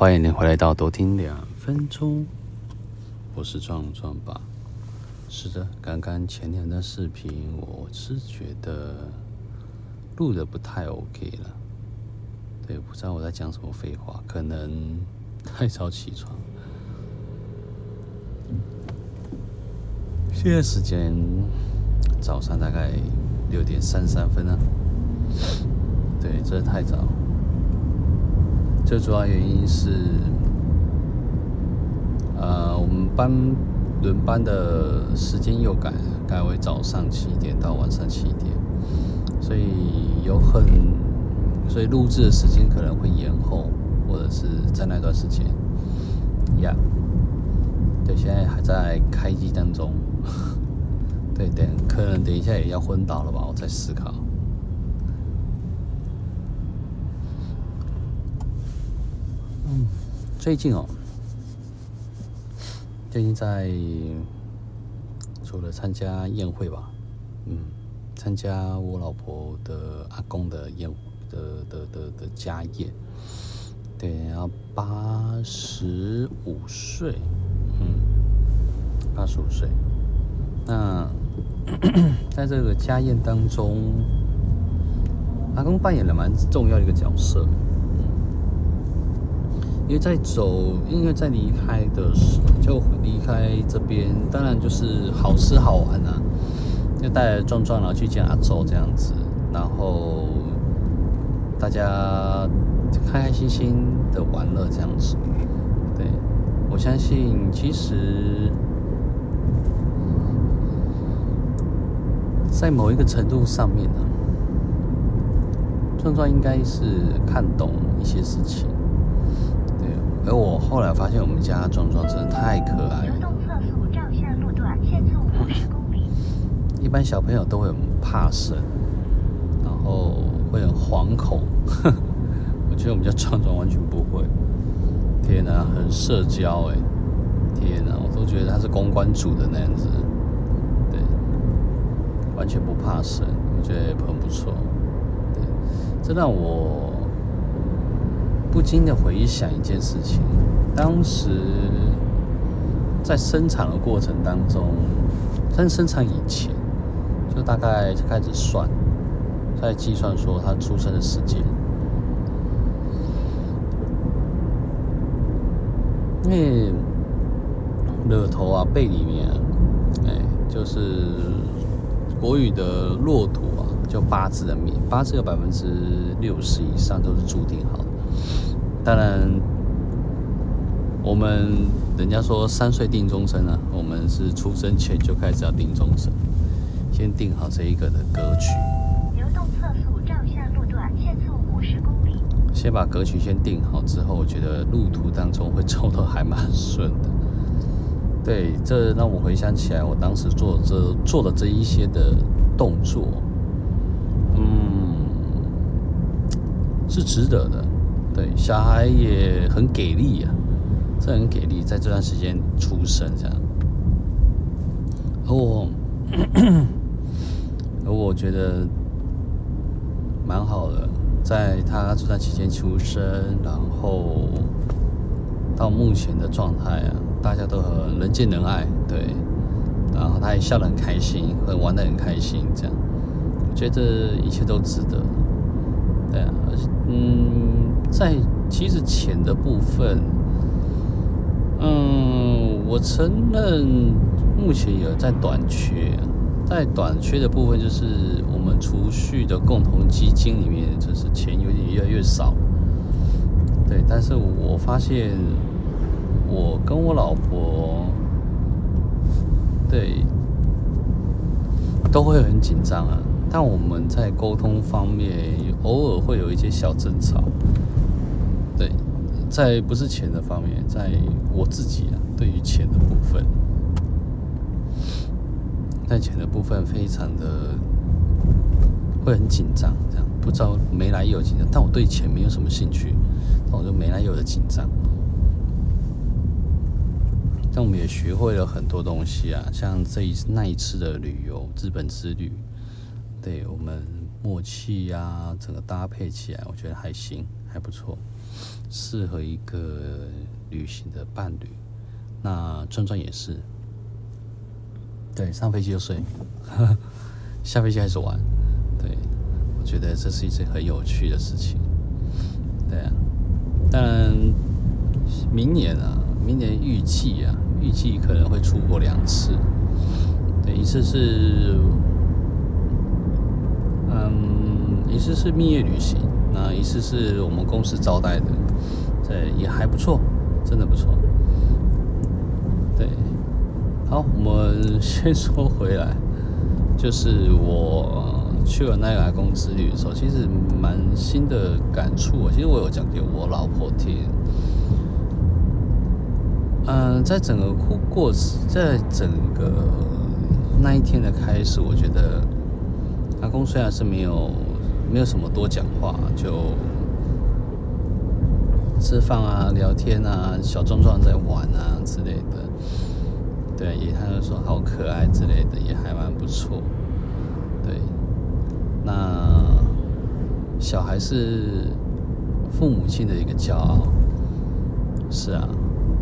欢迎你回来到多听2分钟，我是壮爸。是的，刚刚前天的视频，我是觉得录的不太 OK 了。对，不知道我在讲什么废话，可能太早起床。现在时间早上大概6点33分啊。对，这太早。最主要原因是，我们轮班的时间又改为早上7点到晚上7点，所以录制的时间可能会延后，或者是在那段时间对，现在还在开机当中。对，可能等一下也要昏倒了吧，我在思考。最近除了参加宴会吧，参加我老婆的阿公的家宴，对，然后85岁，85岁。那在这个家宴当中，阿公扮演了蛮重要的一个角色。因为在离开的时候，就离开这边，当然就是好吃好玩啊，就带着壮然后去见阿周这样子，然后大家开开心心的玩乐这样子。对，我相信其实在某一个程度上面呢，壮应该是看懂一些事情。而我后来发现，我们家壮真的太可爱了。流动测速照线路段限速50公里。一般小朋友都会很怕生，然后会很惶恐。我觉得我们家壮完全不会。天哪，很社交哎！天哪，我都觉得他是公关组的那样子。对，完全不怕生，我觉得很不错。对，这让我不禁的回想一件事情，当时在生产的过程当中，在生产以前，就大概就开始在计算说他出生的时间，因为额头啊背里面就是国语的落土啊，就八字的命，八字有60%以上都是注定好的。当然，人家说3岁定终身啊，我们是出生前就开始要定终身，先定好这一个的格局。流动测速照线路段限速50公里。先把格局先定好之后，我觉得路途当中会走得还蛮顺的。对，这让我回想起来，我当时做的这一些的动作，是值得的。对，小孩也很给力啊，这很给力，在这段时间出生这样。而我觉得蛮好的，在他这段期间出生，然后到目前的状态啊，大家都很人见人爱，对，然后他也笑得很开心，玩得很开心，这样，我觉得这一切都值得。对啊，在其实钱的部分，我承认目前有在短缺，在短缺的部分就是我们储蓄的共同基金里面，就是钱有点越来越少。对，但是我发现我跟我老婆，对，都会很紧张啊。但我们在沟通方面偶尔会有一些小争吵，对，在不是钱的方面，在我自己对于钱的部分，在钱的部分非常的会很紧张，这样不知道没来由紧张，但我对钱没有什么兴趣，但我就没来由的紧张。但我们也学会了很多东西啊，像那一次的旅游，日本之旅。对，我们默契啊，整个搭配起来，我觉得还行， 还不错，适合一个旅行的伴侣。那壮壮也是，对，上飞机就睡，下飞机开始玩。对，我觉得这是一件很有趣的事情。对啊，当然明年预计可能会出国2次。对，一次是蜜月旅行，那一次是我们公司招待的，对，也还不错，真的不错。对，好，我们先说回来，就是我去了奈良公之旅的时候，其实蛮新的感触。其实我有讲给我老婆听。在整个那一天的开始，我觉得阿公虽然是没有什么多讲话，就吃饭啊、聊天啊、小壮壮在玩啊之类的，对，他就说好可爱之类的，也还蛮不错。对，那小孩是父母亲的一个骄傲，是啊。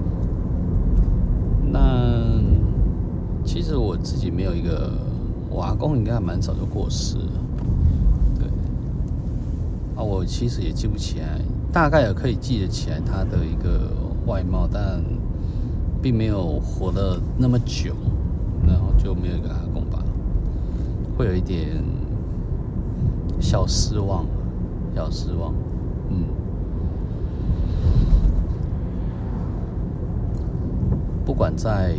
那其实我自己没有我阿公应该还蛮早就过世了，对。我其实也记不起来，大概也可以记得起来他的一个外貌，但并没有活得那么久，然后就没有一个阿公吧，会有一点小失望。不管在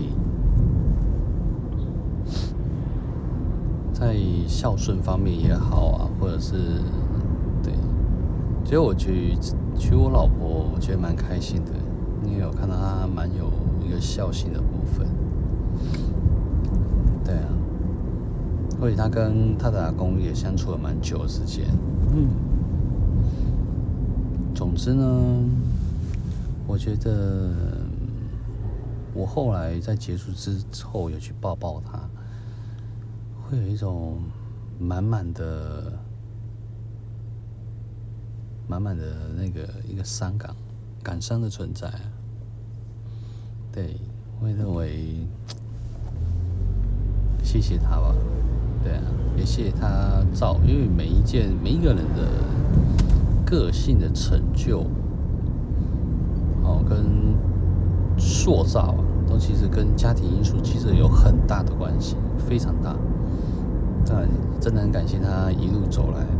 孝顺方面也好啊，或者是对，所以我娶我老婆，我觉得蛮开心的，因为我看到她蛮有一个孝心的部分。对啊，而且她跟她的阿公也相处了蛮久的时间。总之呢，我觉得我后来在结束之后有去抱抱她，会有一种满满的那个一个感伤的存在。对，我会认为谢谢他吧。对啊，也谢谢他因为每一个人的个性的成就，跟塑造都其实跟家庭因素其实有很大的关系，非常大。真的很感谢他一路走来，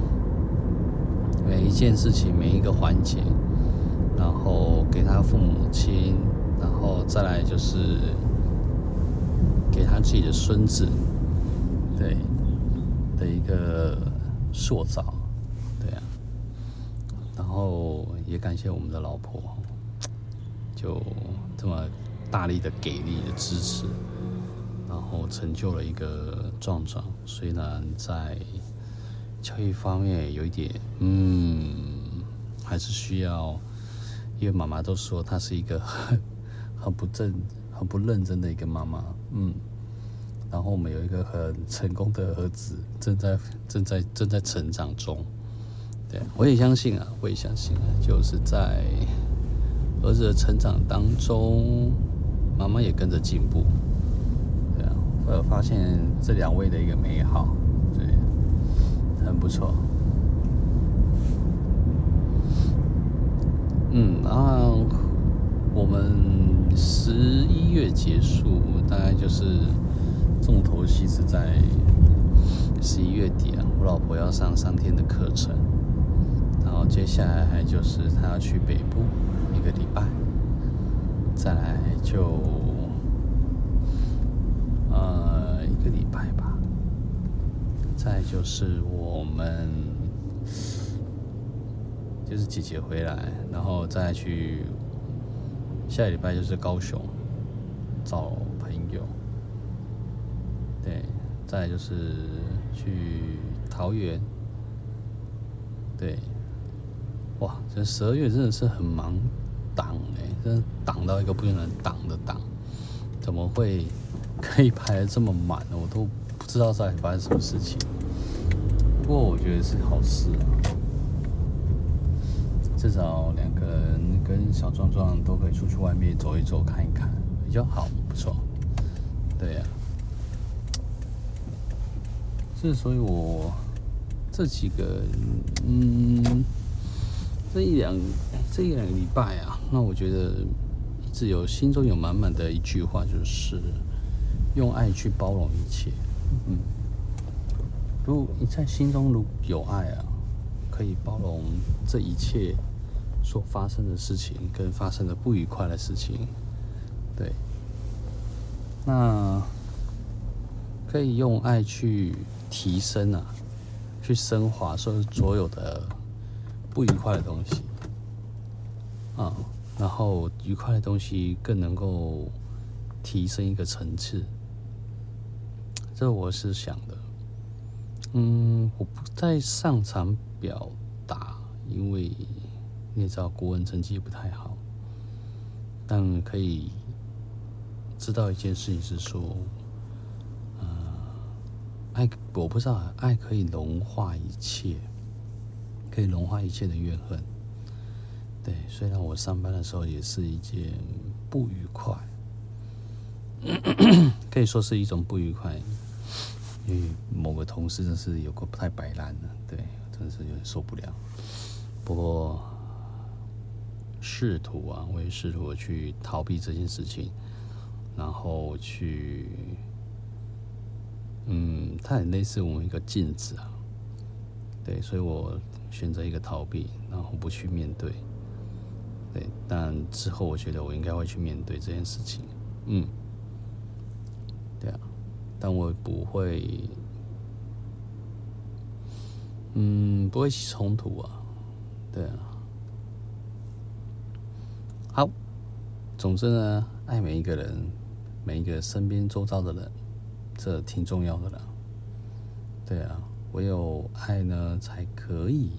每一件事情每一个环节，然后给他父母亲，然后再来就是给他自己的孙子，对的一个塑造。对啊，然后也感谢我们的老婆，就这么大力的给力的支持，然后成就了一个壮壮。虽然在教育方面有一点，还是需要，因为妈妈都说她是一个很不认真的一个妈妈，然后我们有一个很成功的儿子，正在成长中。对，我也相信啊，就是在儿子的成长当中，妈妈也跟着进步。对啊，我有发现这2位的一个美好，对，很不错。然后我们11月结束，大概就是重头戏是在11月底啊，我老婆要上3天的课程，然后接下来就是她要去北部1个礼拜，再来就1个礼拜吧，再来就是我们就是姐姐回来，然后再去下个礼拜就是高雄找朋友，对，再来就是去桃园，对，哇，这12月真的是很忙档真的档到一个不能档的档，怎么会可以排得这么满呢？我都不知道在发生什么事情。不过我觉得是好事啊。 至少2个人跟小壮壮都可以出去外面走一走、看一看，比较好，不错。对呀、所以我这几个这一两个礼拜啊，那我觉得一直心中有满满的一句话，就是用爱去包容一切。如果你在心中有爱啊，可以包容这一切所发生的事情跟发生的不愉快的事情。对，那可以用爱去提升啊，去升华所有的不愉快的东西啊，然后愉快的东西更能够提升一个层次。这我是想的。我不再擅长表达，因为你也知道国文成绩也不太好，但可以知道一件事情是说，爱，我不知道爱可以融化一切，可以融化一切的怨恨。对，虽然我上班的时候也是一件不愉快，可以说是一种不愉快。因为某个同事真是有个不太摆烂的，对，真的是有点受不了。不过我也试图去逃避这件事情，然后去，它很类似我们一个镜子啊，对，所以我选择一个逃避，然后不去面对，对，但之后我觉得我应该会去面对这件事情，对啊，但我不会。不会起冲突啊，对啊。好，总之呢，爱每一个人，每一个身边周遭的人，这挺重要的啦。对啊，唯有爱呢，才可以，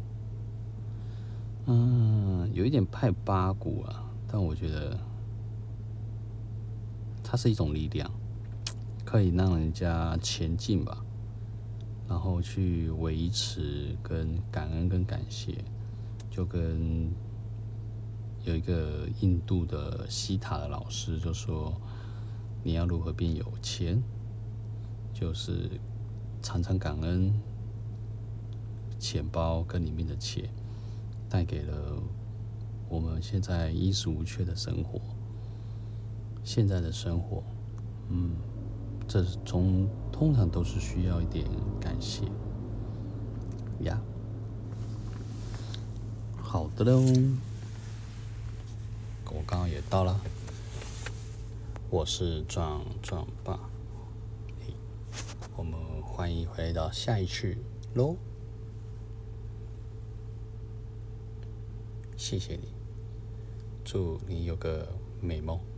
有一点太八股啊，但我觉得它是一种力量，可以让人家前进吧。然后去维持跟感恩跟感谢，就跟有一个印度的西塔的老师就说，你要如何变有钱，就是常常感恩钱包跟里面的钱带给了我们现在衣食无缺的生活，现在的生活，这通常都是需要一点感谢呀。好的喽，我刚刚也到了，我是壮壮爸，我们欢迎回到下一次喽，谢谢你，祝你有个美梦。